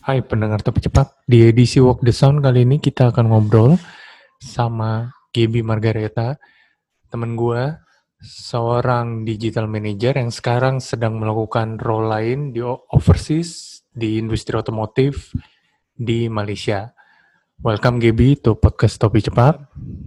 Hai pendengar Topik Cepat, di edisi Walk the Sound kali ini kita akan ngobrol sama Gaby Margareta, temen gue, seorang digital manager yang sekarang sedang melakukan role lain di overseas, di industri otomotif di Malaysia. Welcome Gaby to podcast Topik Cepat.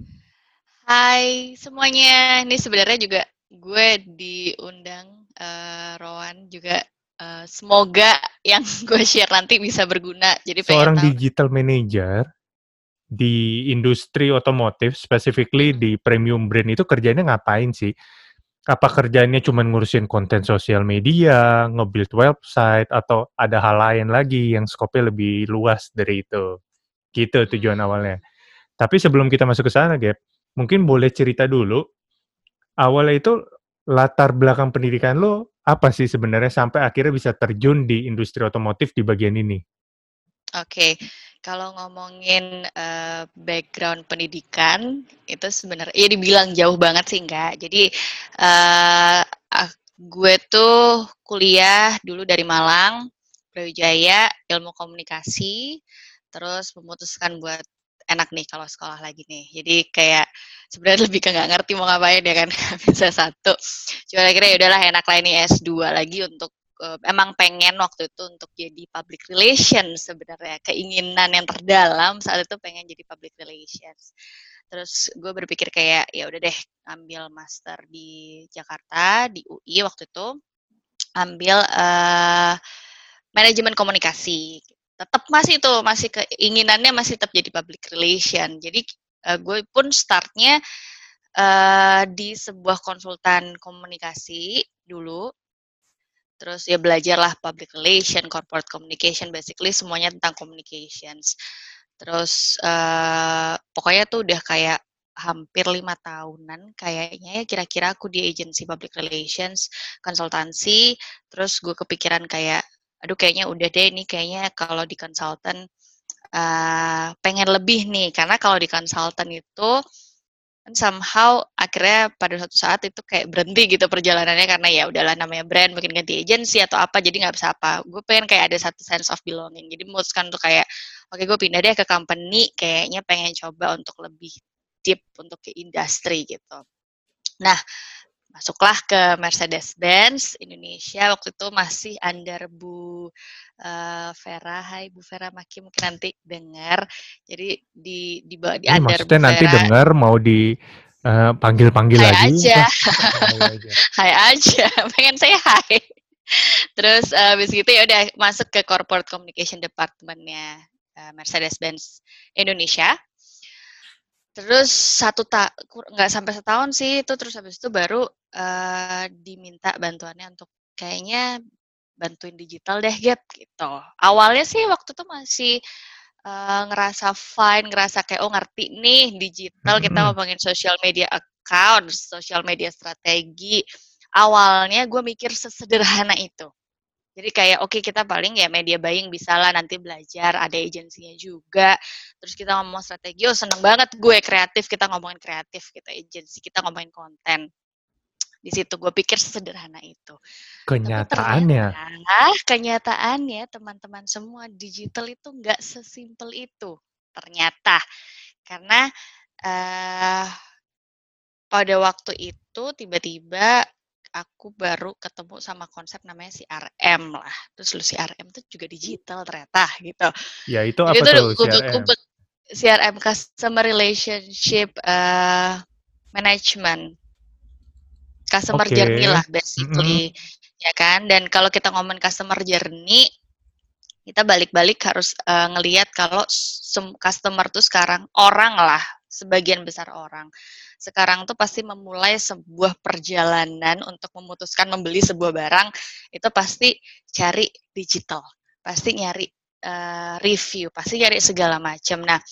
Hai semuanya, ini sebenarnya juga gue diundang Rowan juga semoga yang gue share nanti bisa berguna. Jadi pengen Seorang tahu. digital manager di industri otomotif, specifically di premium brand itu kerjanya ngapain sih? Apa kerjanya cuma ngurusin konten sosial media, nge-build website, atau ada hal lain lagi yang skopnya lebih luas dari itu? Gitu tujuan awalnya. Tapi sebelum kita masuk ke sana, Gap, mungkin boleh cerita dulu, awalnya itu latar belakang pendidikan lo apa sih sebenarnya sampai akhirnya bisa terjun di industri otomotif di bagian ini? Oke, kalau ngomongin background pendidikan itu sebenarnya ya dibilang jauh banget sih enggak. Jadi eh, gue tuh kuliah dulu dari Malang, Brawijaya, ilmu komunikasi, terus memutuskan buat enak nih kalau sekolah lagi nih. Jadi kayak sebenarnya lebih ke nggak ngerti mau ngapain ya kan, bisa satu. Cuma akhirnya ya udahlah enak lah ini S2 lagi untuk emang pengen waktu itu untuk jadi public relations sebenarnya, keinginan yang terdalam saat itu pengen jadi public relations. Terus gue berpikir kayak ya udah deh ambil master di Jakarta di UI waktu itu, ambil manajemen komunikasi. Tetap masih keinginannya masih tetap jadi public relation. Jadi gue pun startnya di sebuah konsultan komunikasi dulu. Terus ya belajarlah public relation, corporate communication, basically semuanya tentang communications. Terus pokoknya tuh udah kayak hampir 5 tahunan kayaknya ya kira-kira aku di agency public relations, konsultansi. Terus gue kepikiran kayak, aduh kayaknya udah deh ini kayaknya kalau di konsultan pengen lebih nih. Karena kalau di konsultan itu kan somehow akhirnya pada suatu saat itu kayak berhenti gitu perjalanannya karena ya udahlah namanya brand mungkin ganti agency atau apa jadi nggak bisa apa gue pengen kayak ada satu sense of belonging jadi memutuskan tuh kayak oke gue pindah deh ke company kayaknya pengen coba untuk lebih deep untuk ke industri gitu nah masuklah ke Mercedes-Benz Indonesia waktu itu masih under Bu Vera. Hai Bu Vera Maki mungkin nanti dengar. Jadi di Ini under Bu maksudnya nanti Vera. dengar mau dipanggil-panggil Hai lagi? aja, Hai aja. hai aja, pengen saya hai. Terus habis gitu ya udah masuk ke corporate communication departmentnya Mercedes-Benz Indonesia. Terus nggak sampai setahun sih itu terus habis itu baru diminta bantuannya untuk kayaknya bantuin digital deh Gap gitu. Awalnya sih waktu itu masih ngerasa fine, ngerasa kayak oh ngerti nih digital kita ngomongin social media account, social media strategi. Awalnya gue mikir sesederhana itu. Jadi kayak oke kita paling ya media buying bisa lah nanti belajar, ada agensinya juga. Terus kita ngomong strategi, oh seneng banget gue kreatif, kita ngomongin kreatif, kita agensi, kita ngomongin konten. Di situ gue pikir sesederhana itu. Tapi Kenyataannya, kenyataannya teman-teman semua digital itu nggak sesimpel itu. Ternyata karena pada waktu itu tiba-tiba aku baru ketemu sama konsep namanya CRM lah. Terus lu CRM itu juga digital ternyata gitu. ya itu Jadi apa itu udah tuh CRM? kubek-kubek CRM Customer Relationship Management. Customer Oke. journey lah Mm-mm. basically. Ya kan? Dan kalau kita ngomongin customer journey, kita balik-balik harus ngelihat kalau customer tuh sekarang orang lah, sebagian besar orang. Sekarang tuh pasti memulai sebuah perjalanan untuk memutuskan membeli sebuah barang, itu pasti cari digital, pasti nyari review, pasti nyari segala macam. Nah,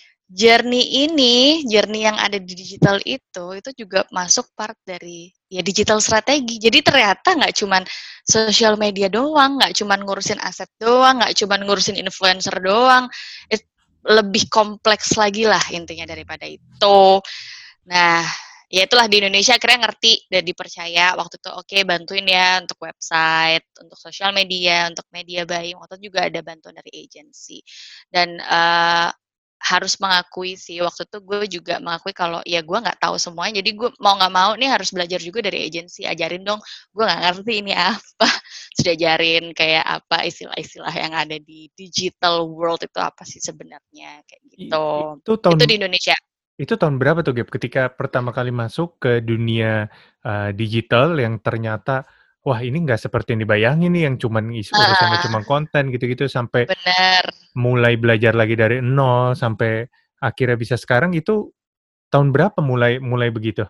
journey yang ada di digital itu juga masuk part dari ya digital strategi. Jadi ternyata nggak cuman sosial media doang, nggak cuman ngurusin aset doang, nggak cuman ngurusin influencer doang. Lebih kompleks lagi lah intinya daripada itu. Nah, ya itulah di Indonesia akhirnya ngerti dan dipercaya waktu itu, oke, bantuin ya untuk website, untuk sosial media, untuk media buying, waktu itu juga ada bantuan dari agency. Dan harus mengakui sih, waktu itu gue juga mengakui kalau ya gue nggak tahu semuanya, jadi gue mau nggak mau nih harus belajar juga dari agency, ajarin dong, gue nggak ngerti ini apa, sudah ajarin kayak apa istilah-istilah yang ada di digital world itu apa sih sebenarnya, kayak gitu. Itu Itu di Indonesia. tahun berapa tuh, Gap, ketika pertama kali masuk ke dunia digital yang ternyata, wah ini nggak seperti yang dibayangin nih, yang cuman urusannya cuma konten gitu-gitu, sampai Bener. mulai belajar lagi dari nol sampai akhirnya bisa sekarang, itu tahun berapa mulai begitu?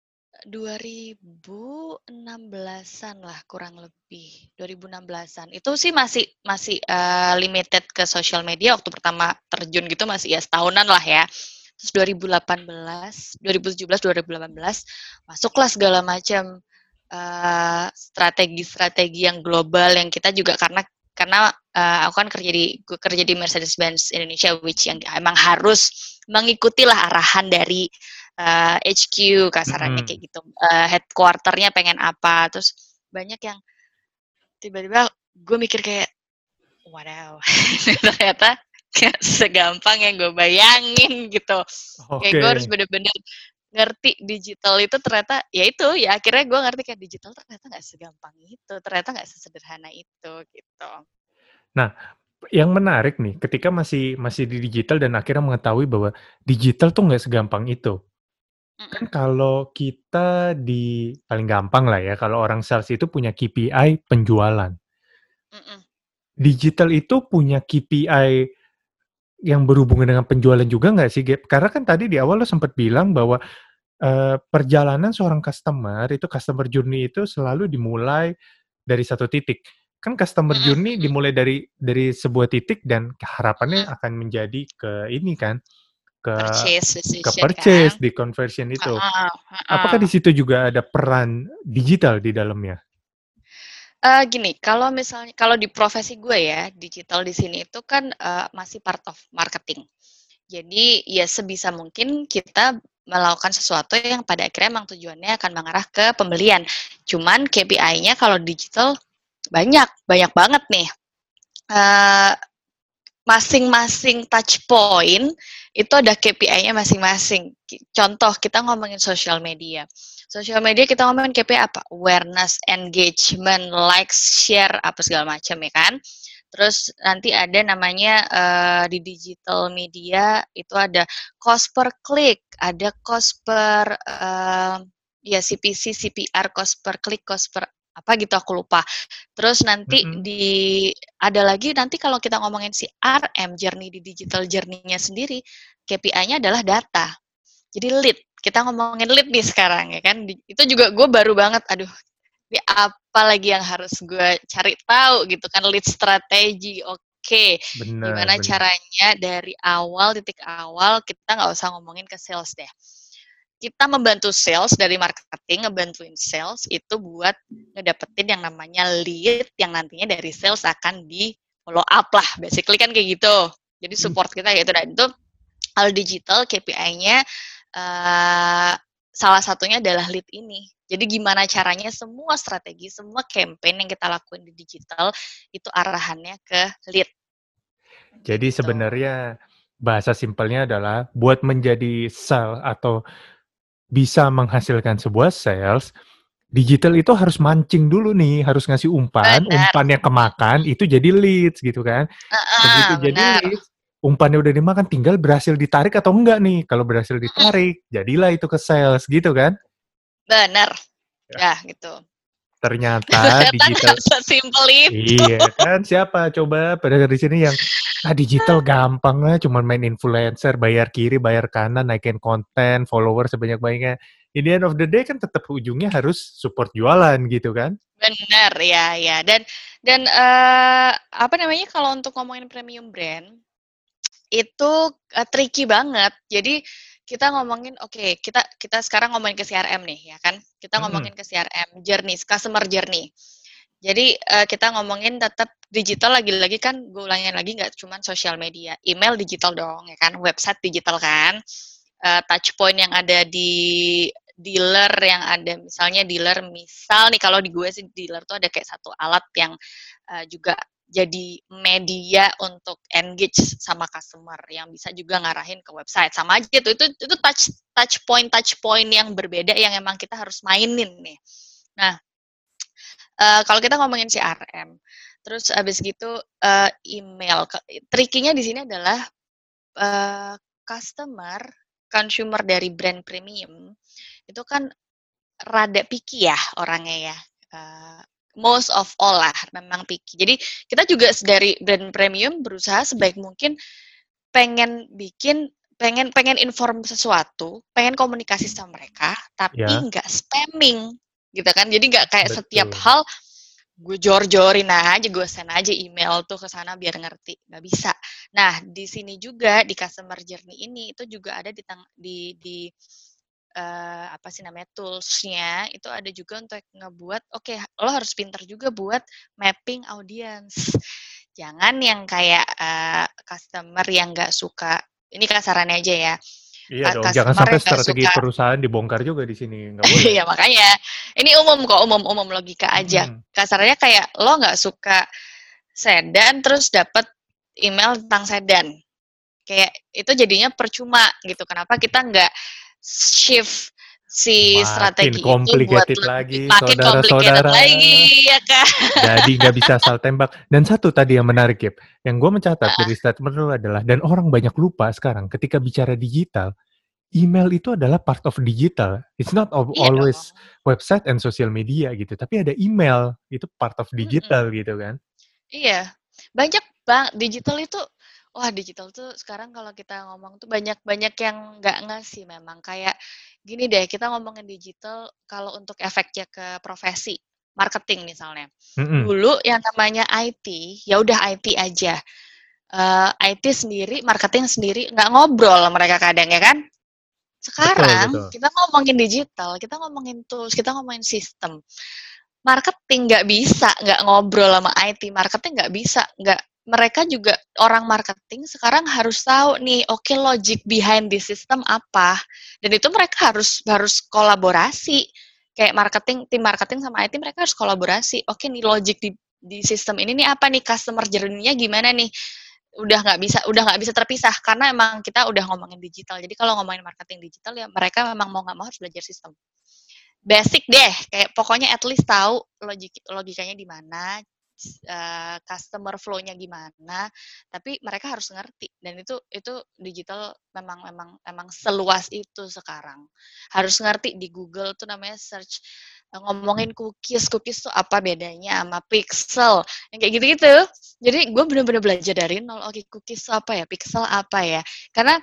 2016-an lah kurang lebih, 2016-an. Itu sih masih masih limited ke social media waktu pertama terjun gitu, masih ya setahunan lah ya. Terus 2018, 2017, 2018 masuklah segala macam strategi-strategi yang global yang kita juga karena aku kan gue kerja di Mercedes-Benz Indonesia, which yang emang harus mengikutilah arahan dari HQ kasarannya kayak gitu, headquarternya pengen apa, terus banyak yang tiba-tiba gue mikir kayak wow ternyata gak segampang yang gue bayangin gitu. Kayak gue harus bener-bener ngerti digital itu ternyata ya itu ya akhirnya gue ngerti kayak digital ternyata nggak segampang itu, ternyata nggak sesederhana itu gitu. Nah, yang menarik nih ketika masih di digital dan akhirnya mengetahui bahwa digital tuh nggak segampang itu. Kan kalau kita paling gampang lah ya, kalau orang sales itu punya KPI penjualan. Digital itu punya KPI yang berhubungan dengan penjualan juga nggak sih, Gap? Karena kan tadi di awal lo sempat bilang bahwa perjalanan seorang customer journey itu selalu dimulai dari satu titik. Kan customer journey dimulai dari sebuah titik dan harapannya akan menjadi ke ini kan, ke Purchase decision purchase kan. di conversion itu. Apakah di situ juga ada peran digital di dalamnya? Gini, kalau misalnya kalau di profesi gue ya, digital di sini itu kan masih part of marketing. Jadi ya sebisa mungkin kita melakukan sesuatu yang pada akhirnya emang tujuannya akan mengarah ke pembelian. Cuman KPI-nya kalau digital banyak banget nih. Masing-masing touch point itu ada KPI-nya masing-masing. Contoh kita ngomongin social media. Social media kita ngomongin KPI apa? Awareness, engagement, likes, share, apa segala macam ya kan. Terus nanti ada namanya di digital media itu ada cost per click, ada cost per ya CPC, CPR, cost per click, cost per apa gitu aku lupa. Terus nanti ada lagi nanti kalau kita ngomongin si RM journey di digital journey-nya sendiri, KPI-nya adalah data. Jadi lead. Kita ngomongin lead nih sekarang ya kan. Itu juga gue baru banget, aduh, ini apa lagi yang harus gue cari tahu gitu kan, lead strategi. Oke, gimana caranya dari awal, titik awal kita nggak usah ngomongin ke sales deh. Kita membantu sales dari marketing, ngebantuin sales itu buat ngedapetin yang namanya lead yang nantinya dari sales akan di follow up lah, basically kan kayak gitu. Jadi support kita gitu, dan itu kalau digital KPI-nya salah satunya adalah lead ini. Jadi gimana caranya semua strategi, semua campaign yang kita lakuin di digital itu arahannya ke lead. Jadi gitu. sebenarnya bahasa simpelnya adalah buat menjadi sales atau bisa menghasilkan sebuah sales, digital itu harus mancing dulu nih, harus ngasih umpan, umpannya kemakan, itu jadi leads gitu kan. Begitu jadi leads, umpannya udah dimakan, tinggal berhasil ditarik atau enggak nih. Kalau berhasil ditarik, jadilah itu ke sales gitu kan. Benar, ya gitu. Ternyata digital sesimpel itu. Iya kan, siapa coba pada di sini yang digital gampang lah, cuma main influencer, bayar kiri, bayar kanan, naikin konten, follower sebanyak-banyaknya. In the end of the day kan tetap ujungnya harus support jualan gitu kan. Benar, ya. Dan apa namanya, kalau untuk ngomongin premium brand itu tricky banget. Jadi kita ngomongin kita sekarang ngomongin ke CRM nih ya kan. Kita ngomongin ke CRM journey, customer journey. Jadi kita ngomongin tetap digital, lagi-lagi kan gue ulangin lagi, nggak cuma sosial media, email digital dong ya kan, website digital kan, touch point yang ada di dealer yang ada, misalnya misal nih kalau di gue sih dealer tuh ada kayak satu alat yang juga jadi media untuk engage sama customer yang bisa juga ngarahin ke website. Sama aja tuh, itu touch point yang berbeda yang emang kita harus mainin nih. Nah, kalau kita ngomongin CRM, terus abis gitu email, trikinya di sini adalah consumer dari brand premium itu kan rada picky ya orangnya ya. Most of all lah memang picky. Jadi kita juga dari brand premium berusaha sebaik mungkin pengen inform sesuatu, pengen komunikasi sama mereka, tapi nggak spamming gitu kan. Jadi nggak kayak setiap hal gue jor-jorin aja, gue send aja email tuh ke sana biar ngerti, nggak bisa. Nah, di sini juga di customer journey ini itu juga ada di apa sih namanya tools-nya itu ada juga untuk ngebuat lo harus pintar juga buat mapping audience. Jangan yang kayak customer yang nggak suka, ini kasarannya aja ya. Iya dong, jangan sampai strategi perusahaan dibongkar juga di sini, nggak boleh. Iya makanya, ini umum logika aja. Kasarnya kayak lo nggak suka sedan terus dapat email tentang sedan, kayak itu jadinya percuma gitu. Kenapa kita nggak shift si strategi itu buat lagi, makin complicated lagi, ya kan? Jadi nggak bisa asal tembak. Dan satu tadi yang menarik, Kip, yang gue mencatat dari statement lu adalah, dan orang banyak lupa sekarang ketika bicara digital, email itu adalah part of digital. It's not always website and social media gitu, tapi ada email, itu part of digital gitu kan. Iya, banyak bang, digital itu, digital tuh sekarang kalau kita ngomong tuh banyak yang nggak ngasih memang. Kayak gini deh, kita ngomongin digital kalau untuk efeknya ke profesi, marketing misalnya. Dulu yang namanya IT, ya udah IT aja. IT sendiri, marketing sendiri, nggak ngobrol mereka kadang ya kan. Sekarang betul. Kita ngomongin digital, kita ngomongin tools, kita ngomongin sistem. Marketing nggak bisa nggak ngobrol sama IT, marketing nggak bisa mereka juga orang marketing sekarang harus tahu nih, logic behind the system apa, dan itu mereka harus kolaborasi, kayak tim marketing sama IT mereka harus kolaborasi. Nih logic di sistem ini nih apa nih, customer journey-nya gimana nih, udah nggak bisa terpisah karena emang kita udah ngomongin digital. Jadi kalau ngomongin marketing digital ya mereka memang mau nggak mau harus belajar sistem. Basic deh, kayak pokoknya at least tahu logikanya di mana, customer flow-nya gimana, tapi mereka harus ngerti, dan itu digital memang seluas itu sekarang. Harus ngerti di Google tuh namanya search, ngomongin cookies tuh apa bedanya sama pixel, yang kayak gitu-gitu. Jadi gue bener-bener belajar dari nol. Cookies apa ya, pixel apa ya, karena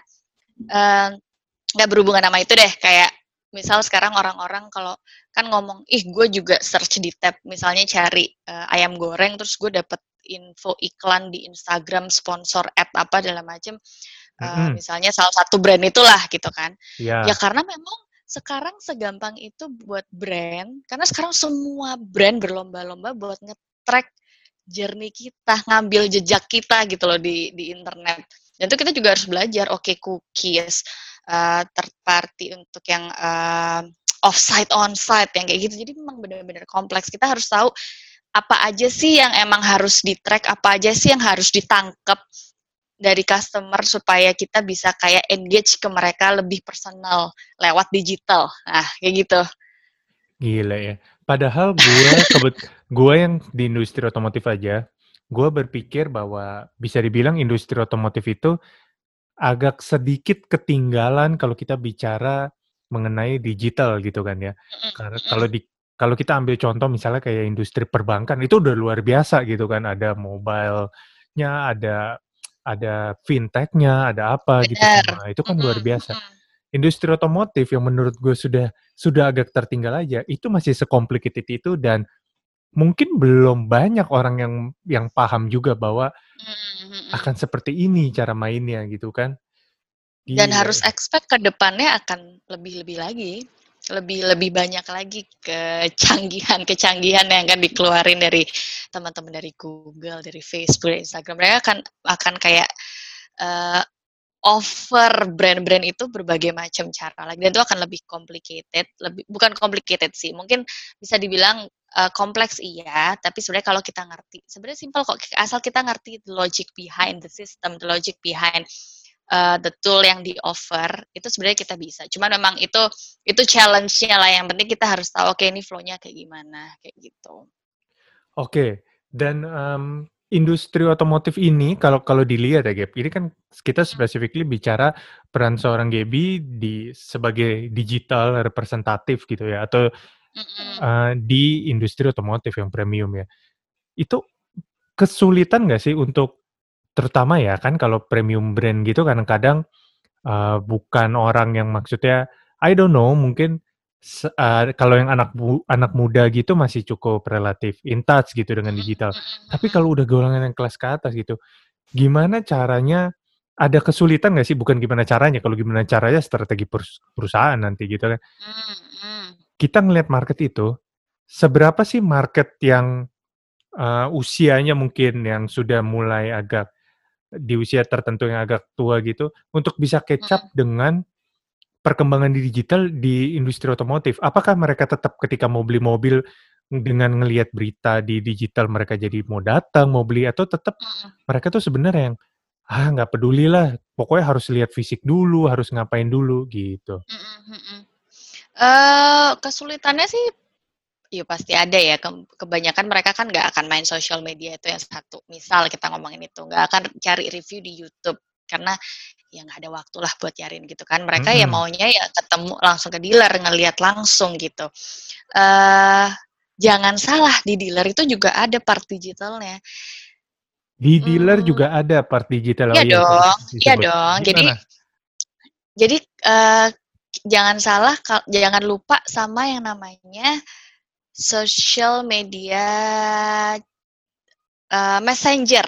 nggak berhubungan sama itu deh. Kayak misal sekarang orang-orang kalau kan ngomong, gue juga search di tab, misalnya cari ayam goreng, terus gue dapet info iklan di Instagram, sponsor app apa dalam macam, misalnya salah satu brand itulah gitu kan. Ya karena memang sekarang segampang itu buat brand, karena sekarang semua brand berlomba-lomba buat nge-track journey kita, ngambil jejak kita gitu loh di internet. Dan itu kita juga harus belajar, cookies, third party untuk yang off-site, on-site, yang kayak gitu. Jadi memang benar-benar kompleks. Kita harus tahu apa aja sih yang emang harus di-track, apa aja sih yang harus ditangkap dari customer supaya kita bisa kayak engage ke mereka lebih personal lewat digital. Nah, kayak gitu. Gila ya. Padahal gue yang di industri otomotif aja, gue berpikir bahwa bisa dibilang industri otomotif itu agak sedikit ketinggalan kalau kita bicara mengenai digital gitu kan ya. Karena kalau kita ambil contoh misalnya kayak industri perbankan itu udah luar biasa gitu kan, ada mobile-nya, ada fintech-nya, ada apa gitu semua. Itu kan luar biasa. Industri otomotif yang menurut gue sudah agak tertinggal aja, itu masih sekomplikated itu, dan mungkin belum banyak orang yang paham juga bahwa akan seperti ini cara mainnya gitu kan. Dan harus expect ke depannya akan lebih lagi, lebih banyak lagi kecanggihan yang akan dikeluarin dari teman-teman dari Google, dari Facebook, dari Instagram. Mereka akan kayak offer brand-brand itu berbagai macam cara lagi, dan itu akan lebih complicated, bukan complicated sih, mungkin bisa dibilang kompleks iya, tapi sebenarnya kalau kita ngerti, sebenarnya simpel kok, asal kita ngerti the logic behind the system, the logic behind the tool yang di-offer, itu sebenarnya kita bisa. Cuman memang itu challenge-nya lah, yang penting kita harus tahu, oke ini flow-nya kayak gimana, kayak gitu. Oke, dan industri otomotif ini kalau dilihat ya Gap, ini kan kita specifically bicara peran seorang Gaby sebagai digital representatif gitu ya, atau di industri otomotif yang premium ya. Itu kesulitan nggak sih untuk, terutama ya kan kalau premium brand gitu kadang-kadang bukan orang yang maksudnya, I don't know, mungkin kalau yang anak muda gitu masih cukup relatif in touch gitu dengan digital. Tapi kalau udah golongan yang kelas ke atas gitu, gimana caranya, ada kesulitan nggak sih? Bukan gimana caranya, kalau gimana caranya strategi perusahaan nanti gitu kan. Kita ngelihat market itu, seberapa sih market yang usianya mungkin yang sudah mulai agak di usia tertentu yang agak tua gitu, untuk bisa catch up dengan perkembangan di digital di industri otomotif. Apakah mereka tetap ketika mau beli mobil dengan ngelihat berita di digital mereka jadi mau datang, mau beli, atau tetap mereka tuh sebenarnya yang nggak peduli lah, pokoknya harus lihat fisik dulu, harus ngapain dulu gitu. Kesulitannya sih ya pasti ada ya, kebanyakan mereka kan nggak akan main social media, itu yang satu. Misal kita ngomongin itu, nggak akan cari review di YouTube, karena ya nggak ada waktu lah buat nyariin gitu kan. Mereka ya maunya ya ketemu langsung ke dealer, ngelihat langsung gitu. Jangan salah, di dealer itu juga ada part digitalnya. Di dealer juga ada part digital. Iya dong, iya dong. Jadi jangan salah, jangan lupa sama yang namanya social media messenger.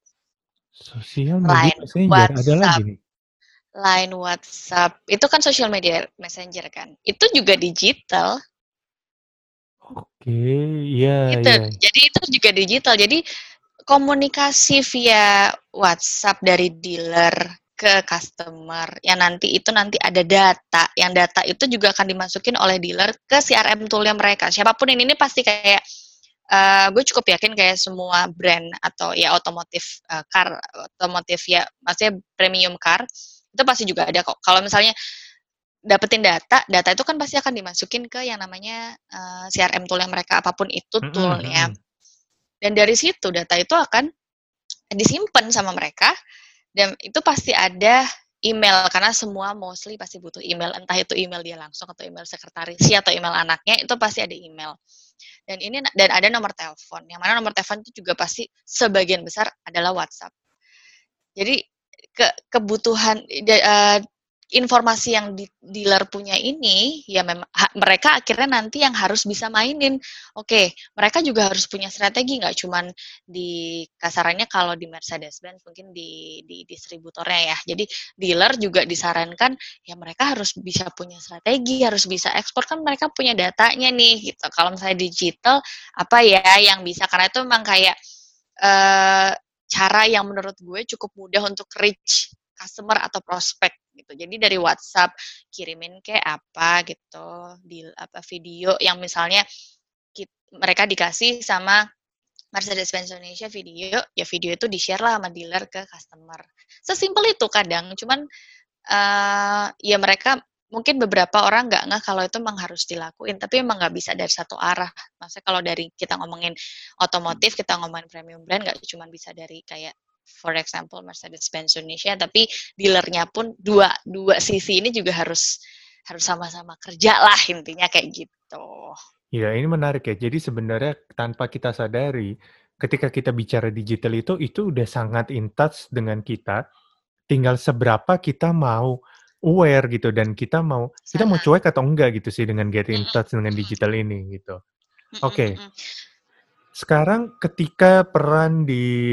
Sosial media messenger ada lagi nih. Line, WhatsApp, itu kan social media messenger kan. Itu juga digital. Oke, iya. Jadi itu juga digital. Jadi komunikasi via WhatsApp dari dealer ke customer, yang nanti ada data, yang data itu juga akan dimasukin oleh dealer ke CRM toolnya mereka. Siapapun ini pasti kayak gue cukup yakin kayak semua brand atau ya otomotif car, otomotif ya maksudnya premium car, itu pasti juga ada kok. Kalau misalnya dapetin data itu kan pasti akan dimasukin ke yang namanya CRM tool yang mereka, apapun itu toolnya. Dan dari situ data itu akan disimpan sama mereka, dan itu pasti ada email, karena semua mostly pasti butuh email, entah itu email dia langsung atau email sekretarisnya atau email anaknya, itu pasti ada email. Dan ada nomor telepon, yang mana nomor telepon itu juga pasti sebagian besar adalah WhatsApp. Jadi kebutuhan informasi yang dealer punya ini, ya memang mereka akhirnya nanti yang harus bisa mainin. Oke, mereka juga harus punya strategi, nggak cuman di kasarannya kalau di Mercedes-Benz mungkin di distributornya ya. Jadi dealer juga disarankan ya mereka harus bisa punya strategi, harus bisa ekspor, kan mereka punya datanya nih gitu. Kalau misalnya digital, apa ya yang bisa, karena itu memang kayak cara yang menurut gue cukup mudah untuk reach customer atau prospek gitu. Jadi dari WhatsApp kirimin kayak apa gitu, video yang misalnya mereka dikasih sama Mercedes-Benz Indonesia video, ya video itu di-share lah sama dealer ke customer. Sesimpel itu kadang, cuman ya mereka mungkin beberapa orang nggak ngeh kalau itu memang harus dilakuin, tapi emang nggak bisa dari satu arah. Maksudnya kalau dari kita ngomongin otomotif, kita ngomongin premium brand, nggak cuma bisa dari kayak for example Mercedes-Benz Indonesia, tapi dealernya pun dua sisi ini juga harus sama-sama kerja lah, intinya kayak gitu. Iya, ini menarik ya. Jadi sebenarnya tanpa kita sadari, ketika kita bicara digital itu udah sangat in touch dengan kita. Tinggal seberapa kita mau aware gitu, dan kita mau cuek atau enggak gitu sih dengan get in touch dengan digital ini gitu. Oke. Sekarang ketika peran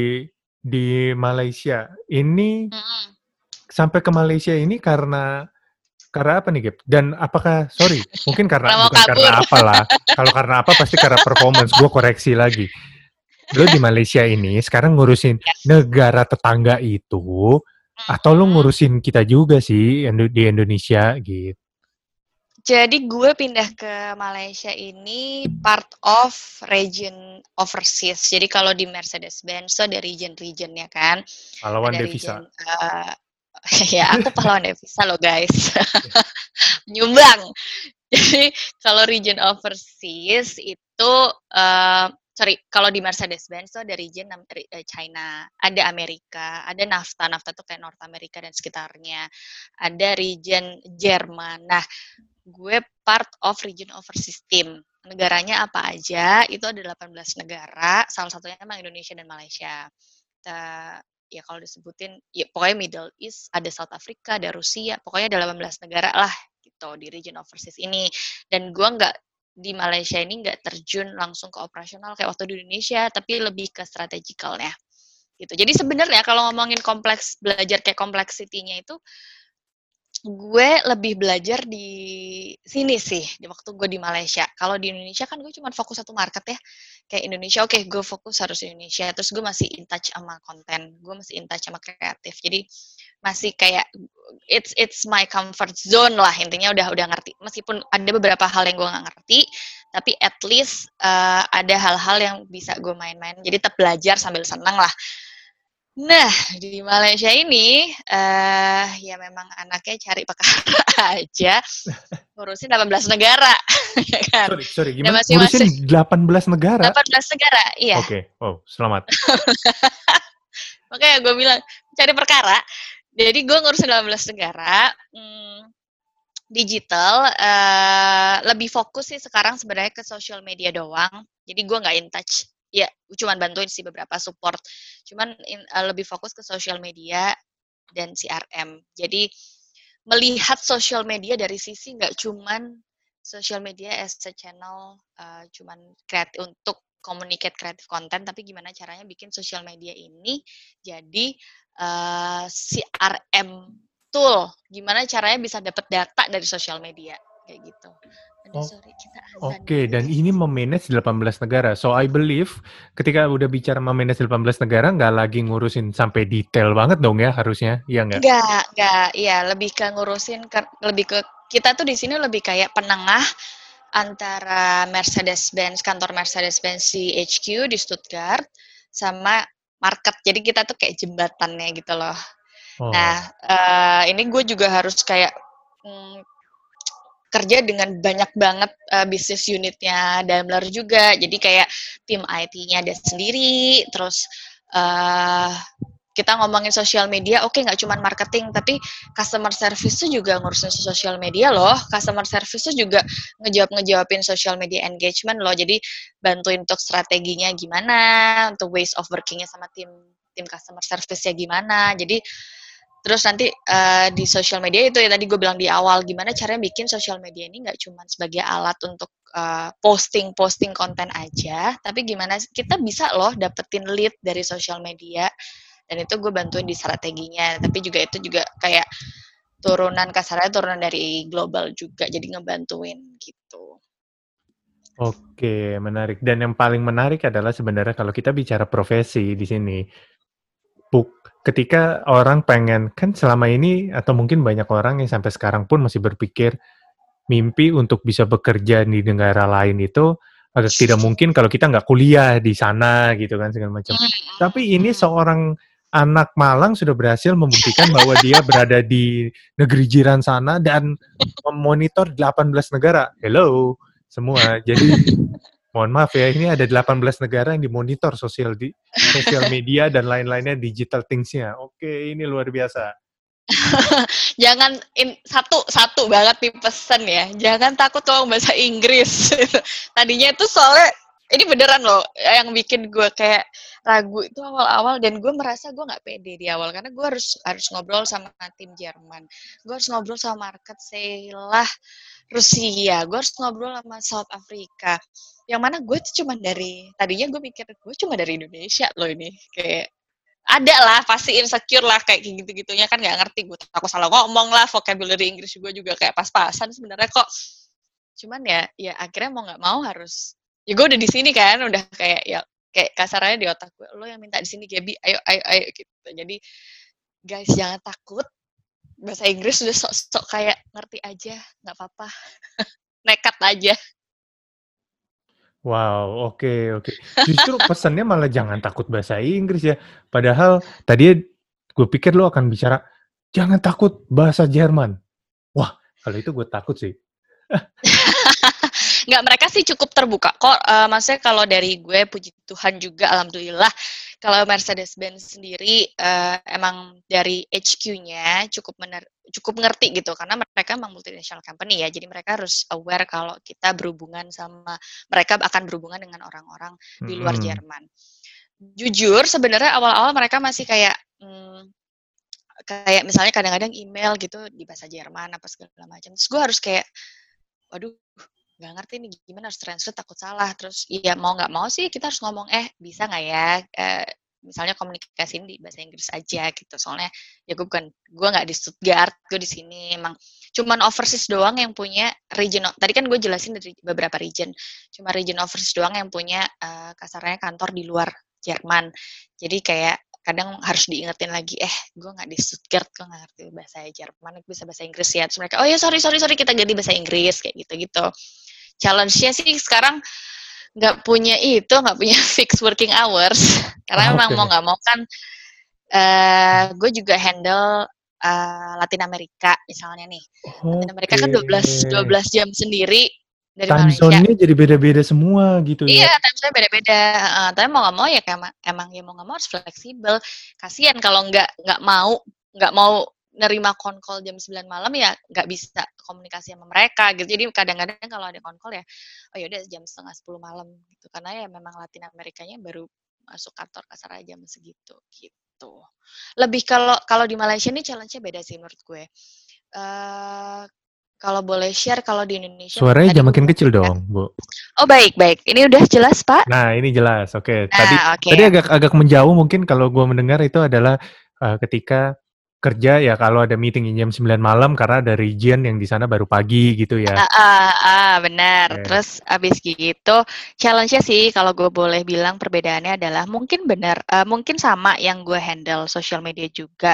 di Malaysia ini, sampai ke Malaysia ini karena apa nih, Gap? Dan apakah, mungkin karena bukan karena apalah. Kalau karena apa pasti karena performance. Gue koreksi lagi. Lo di Malaysia ini sekarang ngurusin negara tetangga itu Atau lu Mhm. ngurusin kita juga sih di Indonesia gitu? Jadi gue pindah ke Malaysia ini part of region overseas. Jadi kalau di Mercedes-Benz itu ada region-regionnya kan. Pahlawan Ada region, devisa. ya aku pahlawan devisa loh guys. Nyumbang. Jadi kalau region overseas itu, sorry, kalau di Mercedes-Benz itu ada region China, ada Amerika, ada NAFTA. NAFTA tuh kayak North America dan sekitarnya. Ada region Jerman. Nah, gue part of region overseas team. Negaranya apa aja? Itu ada 18 negara, salah satunya emang Indonesia dan Malaysia. Ya kalau disebutin, ya pokoknya Middle East, ada South Africa, ada Rusia, pokoknya ada 18 negara lah gitu di region overseas ini. Dan gue nggak di Malaysia ini nggak terjun langsung ke operasional kayak waktu di Indonesia, tapi lebih ke strategicalnya gitu. Jadi sebenarnya kalau ngomongin kompleks, belajar kayak kompleksitinya itu gue lebih belajar di sini sih, di waktu gue di Malaysia. Kalau di Indonesia kan gue cuma fokus satu market ya. Kayak Indonesia, oke, gue fokus harus Indonesia. Terus gue masih in touch sama konten, gue masih in touch sama kreatif. Jadi masih kayak it's my comfort zone lah intinya udah ngerti. Meskipun ada beberapa hal yang gue nggak ngerti, tapi at least ada hal-hal yang bisa gue main-main. Jadi tetap belajar sambil senang lah. Nah, di Malaysia ini, ya memang anaknya cari perkara aja, ngurusin 18 negara, ya kan. Sorry, Dan gimana? masing-masing Ngurusin 18 negara? 18 negara, iya. Oke, oh, selamat. Makanya gue bilang, cari perkara. Jadi gue ngurusin 18 negara, digital, lebih fokus sih sekarang sebenarnya ke social media doang. Jadi gue nggak in touch. Ya, cuman bantuin sih beberapa support. Cuman lebih fokus ke social media dan CRM. Jadi melihat social media dari sisi nggak cuman social media as a channel, cuman kreatif untuk communicate kreatif konten, tapi gimana caranya bikin social media ini jadi CRM tool. Gimana caranya bisa dapat data dari social media kayak gitu. Aduh Oh, sorry kita azan oke, dulu dan ya. ini memanage 18 negara. So I believe ketika udah bicara memanage 18 negara, nggak lagi ngurusin sampai detail banget dong ya harusnya, iya nggak? Enggak, iya lebih ke ngurusin lebih ke kita tuh di sini lebih kayak penengah antara Mercedes-Benz, kantor Mercedes-Benz di HQ di Stuttgart sama market. Jadi kita tuh kayak jembatannya gitu loh. Nah, Oh, ini gue juga harus kayak kerja dengan banyak banget bisnis unitnya Daimler juga. Jadi kayak tim IT-nya ada sendiri, terus kita ngomongin sosial media, oke nggak cuma marketing, tapi customer service tuh juga ngurusin sosial media loh. Customer service tuh juga ngejawabin social media engagement loh. Jadi bantuin untuk strateginya gimana, untuk ways of workingnya sama tim customer service-nya gimana. Jadi terus nanti di social media itu ya tadi gue bilang di awal gimana caranya bikin social media ini nggak cuma sebagai alat untuk posting konten aja, tapi gimana kita bisa loh dapetin lead dari social media dan itu gue bantuin di strateginya. Tapi juga itu juga kayak kasarnya turunan dari global juga, jadi ngebantuin gitu. oke, menarik. Dan yang paling menarik adalah sebenarnya kalau kita bicara profesi di sini, ketika orang pengen, kan selama ini atau mungkin banyak orang yang sampai sekarang pun masih berpikir mimpi untuk bisa bekerja di negara lain itu agak tidak mungkin kalau kita nggak kuliah di sana gitu kan segala macam. Tapi ini seorang anak Malang sudah berhasil membuktikan bahwa dia berada di negeri jiran sana dan memonitor 18 negara. Hello semua. Jadi mohon maaf ya, ini ada 18 negara yang dimonitor sosial media dan lain-lainnya digital things-nya. Oke, ini luar biasa. Jangan satu banget nih pesen ya. Jangan takut ngomong bahasa Inggris. Tadinya itu soalnya ini beneran loh yang bikin gue kayak ragu itu awal-awal dan gue merasa gue nggak pede di awal karena gue harus ngobrol sama tim Jerman, gue harus ngobrol sama market lah Rusia, gue harus ngobrol sama South Africa. Yang mana gue tuh cuma tadinya gue mikir gue cuma dari Indonesia loh ini kayak ada lah pasti insecure lah kayak gitu-gitunya kan nggak ngerti gue takut salah ngomong lah vocabulary Inggris gue juga kayak pas-pasan sebenarnya kok cuman ya akhirnya mau nggak mau harus ya gue udah di sini kan udah kayak ya kayak kasarnya di otak gue lo yang minta di sini Gaby ayo gitu jadi guys jangan takut, bahasa Inggris udah sok-sok kayak ngerti aja, nggak apa-apa, nekat aja. Wow, oke. Justru pesannya malah jangan takut bahasa Inggris ya. Padahal tadi gue pikir lo akan bicara, jangan takut bahasa Jerman. Wah, kalau itu gue takut sih. Nggak, mereka sih cukup terbuka kok. Maksudnya kalau dari gue, puji Tuhan juga, alhamdulillah. Kalau Mercedes-Benz sendiri emang dari HQ-nya cukup ngerti gitu, karena mereka emang multinational company ya. Jadi mereka harus aware kalau kita berhubungan sama mereka akan berhubungan dengan orang-orang di luar Jerman. Jujur sebenarnya awal-awal mereka masih kayak kayak misalnya kadang-kadang email gitu di bahasa Jerman apa segala macam. Terus gue harus kayak, waduh, nggak ngerti nih gimana harus translate, takut salah. Terus ya mau nggak mau sih kita harus ngomong, bisa nggak ya misalnya komunikasiin di bahasa Inggris aja gitu. Soalnya ya gue nggak di Stuttgart, gue di sini emang cuman overseas doang yang punya region. Tadi kan gue jelasin dari beberapa region, cuma region overseas doang yang punya kasarnya kantor di luar Jerman. Jadi kayak kadang harus diingetin lagi, gue nggak di Stuttgart, gue nggak ngerti bahasa Jerman, gue bisa bahasa Inggris ya. Terus mereka, oh ya sorry kita ganti bahasa Inggris kayak gitu. Challenge-nya sih sekarang nggak punya fixed working hours karena memang mau nggak mau kan gue juga handle Latin Amerika misalnya nih. Latin Amerika kan 12 jam sendiri dari time Malaysia. zone-nya jadi beda-beda semua gitu ya. Iya, time zone beda-beda. Tapi mau nggak mau ya emang ya mau nggak mau harus fleksibel. Kasian kalau nggak mau nerima call jam 9 malam ya nggak bisa komunikasi sama mereka gitu. Jadi kadang-kadang kalau ada call ya, oh yaudah jam setengah 10 malam gitu. Karena ya memang Latin Amerikanya baru masuk kantor kasar aja jam segitu gitu. Lebih kalau di Malaysia ini challenge-nya beda sih menurut gue. Kalau boleh share kalau di Indonesia Suaranya tadi jangan gue makin bilang kecil dong, Bu. Oh baik. Ini udah jelas Pak? Nah, ini jelas. Oke. Tadi Okay. agak menjauh mungkin kalau gue mendengar itu adalah ketika kerja ya kalau ada meeting jam 9 malam karena ada region yang di sana baru pagi gitu ya. Benar. Okay. Terus abis gitu, challenge-nya sih kalau gue boleh bilang perbedaannya adalah mungkin mungkin sama yang gue handle social media juga,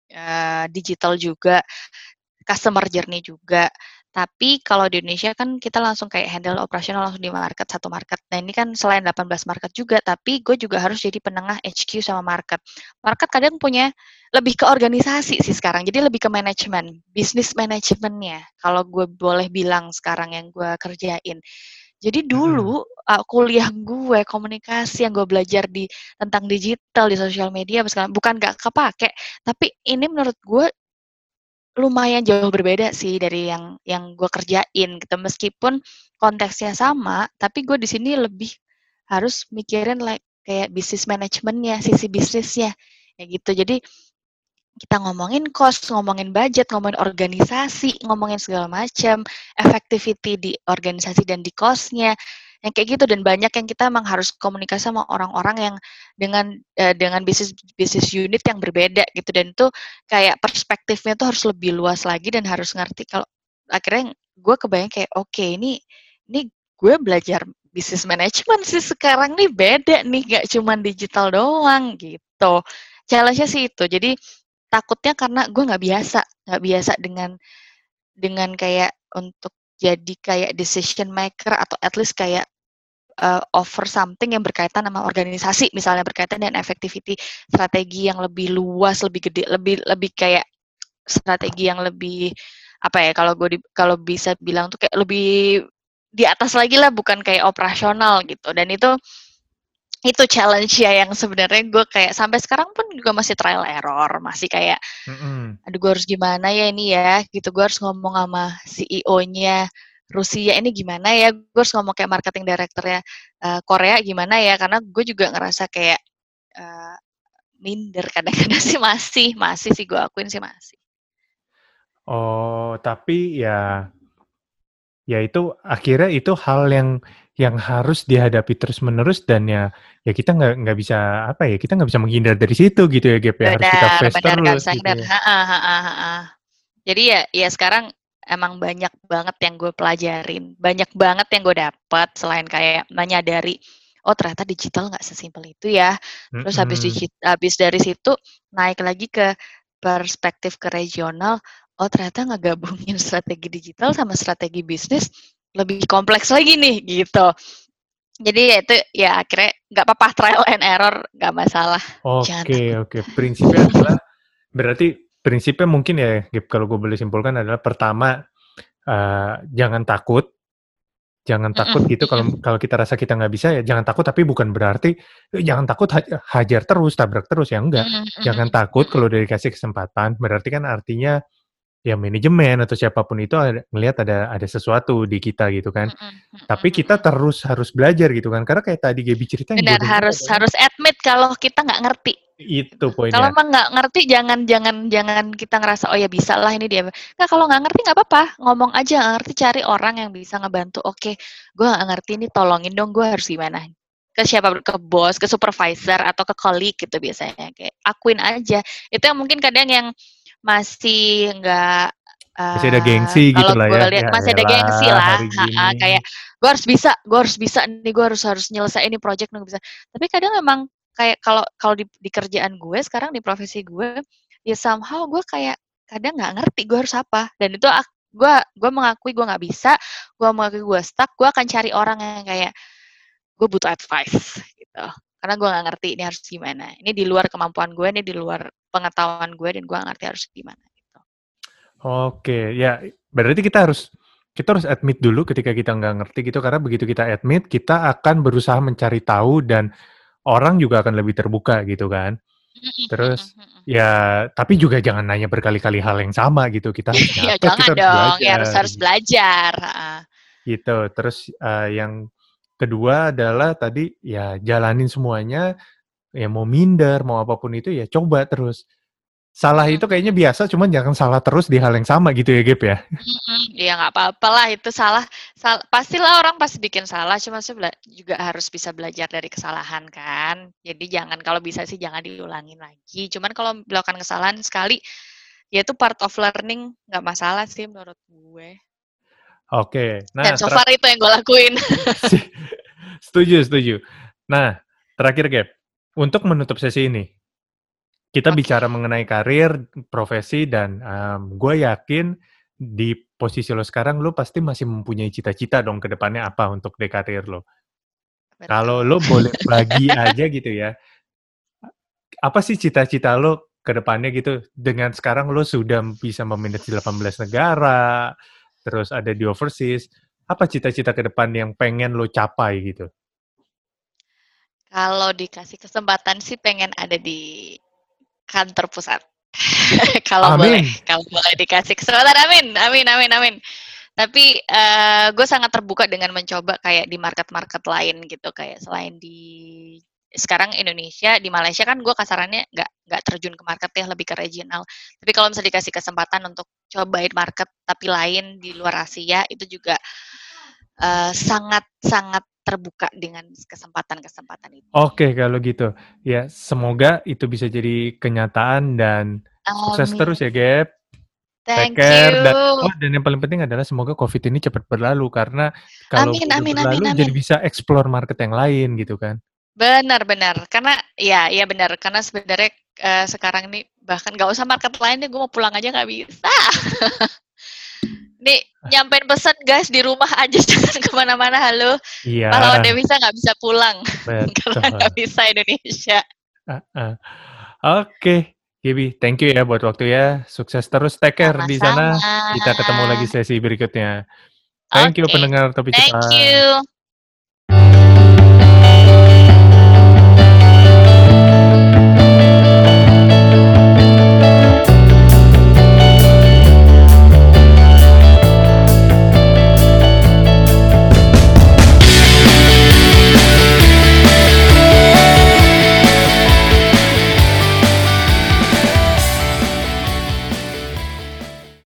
digital juga, customer journey juga. Tapi kalau di Indonesia kan kita langsung kayak handle operasional langsung di satu market. Nah ini kan selain 18 market juga, tapi gue juga harus jadi penengah HQ sama market. Market kadang punya lebih ke organisasi sih sekarang, jadi lebih ke manajemen, bisnis manajemennya. Kalau gue boleh bilang sekarang yang gue kerjain. Jadi dulu kuliah gue komunikasi yang gue belajar tentang digital di sosial media, bukan gak kepake, tapi ini menurut gue lumayan jauh berbeda sih dari yang gue kerjain gitu. Meskipun konteksnya sama, tapi gue di sini lebih harus mikirin kayak bisnis manajemennya, sisi bisnisnya, kayak gitu. Jadi kita ngomongin cost, ngomongin budget, ngomongin organisasi, ngomongin segala macam, effectivity di organisasi dan di cost-nya, yang kayak gitu. Dan banyak yang kita emang harus komunikasi sama orang-orang yang dengan bisnis unit yang berbeda gitu. Dan itu kayak perspektifnya tuh harus lebih luas lagi dan harus ngerti. Kalau akhirnya gue kebayang kayak oke, ini gue belajar bisnis manajemen sih sekarang nih, beda nih, gak cuma digital doang gitu. Challenge-nya sih itu. Jadi takutnya karena gue nggak biasa dengan kayak untuk jadi kayak decision maker atau at least kayak offer something yang berkaitan sama organisasi, misalnya berkaitan dengan effectivity, strategi yang lebih luas, lebih gede, lebih kayak strategi yang lebih apa ya, kalau bisa bilang tuh kayak lebih di atas lagi lah, bukan kayak operasional gitu. Dan itu challenge ya yang sebenarnya gue kayak sampai sekarang pun juga masih trial error, masih kayak aduh gue harus gimana ya ini ya gitu. Gue harus ngomong sama CEO-nya Rusia ini gimana ya, gue harus ngomong kayak marketing director-nya Korea gimana ya, karena gue juga ngerasa kayak minder kadang-kadang sih, masih sih gue akuin sih masih. Oh, tapi ya itu akhirnya itu hal yang harus dihadapi terus-menerus dan ya kita nggak bisa apa ya, kita nggak bisa menghindar dari situ gitu ya, Gap ya, harus kita face Benar nggak terus bisa gitu hindar. ya. Jadi ya sekarang emang banyak banget yang gue pelajarin, banyak banget yang gue dapat selain kayak menyadari oh ternyata digital nggak sesimpel itu ya. Terus habis dari situ naik lagi ke perspektif ke regional, oh ternyata ngegabungin strategi digital sama strategi bisnis lebih kompleks lagi nih gitu. Jadi ya itu ya akhirnya nggak apa-apa, trial and error nggak masalah, jangan takut. Oke. Prinsipnya adalah berarti prinsipnya mungkin ya, Gap, kalau gue boleh simpulkan adalah pertama, jangan takut gitu kalau Mhm. kalau kita rasa kita nggak bisa ya jangan takut, tapi bukan berarti, jangan takut hajar terus, tabrak terus, ya enggak. Mhm Jangan mhm takut mhm. kalau udah dikasih kesempatan, berarti kan artinya ya manajemen atau siapapun itu ngelihat ada sesuatu di kita gitu kan. Mhm Tapi mhm kita mhm. terus harus belajar gitu kan, karena kayak tadi Gaby cerita yang gue Benar, denger harus adalah harus admit kalau kita nggak ngerti, itu gitu. Kalau poinnya. emang nggak ngerti jangan kita ngerasa, "Oh ya bisalah ini dia." Nah kalau nggak ngerti nggak apa-apa, ngomong aja nggak ngerti, cari orang yang bisa ngebantu, "Oke, gue nggak ngerti nih, tolongin dong, gue harus gimana?" Ke siapa, ke bos, ke supervisor, atau ke colleague gitu biasanya, kayak akuin aja. Itu yang mungkin kadang yang masih nggak, Masih ada gengsi gitu kalau lah gue ya, lihat ya masih ada gengsi elah lah, hari heeh, kayak, gini. gue harus bisa nih, gue harus nyelesain ini project nih, bisa." Tapi kadang memang kayak kalau kalau di kerjaan gue sekarang, di profesi gue, ya somehow gue kayak kadang nggak ngerti gue harus apa, dan itu gue mengakui gue nggak bisa, gue mengakui gue stuck, gue akan cari orang yang kayak, gue butuh advice gitu. Karena gue nggak ngerti ini harus gimana. Ini di luar kemampuan gue, ini di luar pengetahuan gue, dan gue nggak ngerti harus gimana gitu. Oke, ya berarti kita harus admit dulu ketika kita nggak ngerti gitu, karena begitu kita admit, kita akan berusaha mencari tahu dan orang juga akan lebih terbuka gitu kan. Mhm mhm Terus, mhm. ya tapi juga jangan nanya berkali-kali hal yang sama gitu, kita harus Ya nyatet, jangan kita harus dong, ya harus belajar harus belajar, heeh. gitu. Terus, yang kedua adalah tadi, ya jalanin semuanya, ya mau minder, mau apapun itu ya coba terus. Salah Mhm itu kayaknya mhm. biasa, cuman jangan salah terus di hal yang sama gitu ya, Gap, ya? Ya nggak apa-apa lah itu salah, pastilah orang pasti bikin salah, cuma juga harus bisa belajar dari kesalahan kan. Jadi jangan, kalau bisa sih jangan diulangin lagi. Cuman kalau melakukan kesalahan sekali, ya itu part of learning, nggak masalah sih menurut gue. Oke. Dan Nah, so far itu yang gue lakuin. setuju setuju. Nah, terakhir, Gap, untuk menutup sesi ini, kita Oke, bicara mengenai karir, profesi, dan, gue yakin di posisi lo sekarang, lo pasti masih mempunyai cita-cita dong ke depannya apa untuk di karir lo. Kalau betul. lo boleh bagi aja gitu ya, apa sih cita-cita lo ke depannya gitu, dengan sekarang lo sudah bisa memanage 18 negara, terus ada di overseas, apa cita-cita ke depan yang pengen lo capai gitu? Kalau dikasih kesempatan sih pengen ada di kantor pusat. Amin. Kalau boleh dikasih kesempatan, amin, amin, amin, amin. Tapi gue sangat terbuka dengan mencoba kayak di market-market lain gitu, kayak selain di sekarang Indonesia, di Malaysia kan gue kasarannya nggak terjun ke market ya, lebih ke regional. Tapi kalau misalnya dikasih kesempatan untuk cobain market tapi lain di luar Asia, itu juga sangat sangat terbuka dengan kesempatan-kesempatan itu. Oke kalau gitu. Ya semoga itu bisa jadi kenyataan dan sukses terus ya, Amin. Gap. Take Thank care you. dan yang paling penting adalah semoga Covid ini cepat berlalu, karena kalau Amin udah amin berlalu amin jadi amin. bisa explore market yang lain gitu kan. Benar benar, karena ya benar, karena sebenarnya, sekarang ini bahkan nggak usah market lain deh, gue mau pulang aja nggak bisa. Nih, nyampein pesan, "Guys, di rumah aja jangan ke mana-mana, halo." Pahlawan Iya, Devisa nggak bisa pulang karena nggak betul. bisa Indonesia. Heeh. Oke, Gaby, thank you ya buat waktu ya. Sukses terus, take care di sana. Sama-sama. Kita ketemu lagi sesi berikutnya. Thank you Oke, pendengar Topik thank Cepat. you.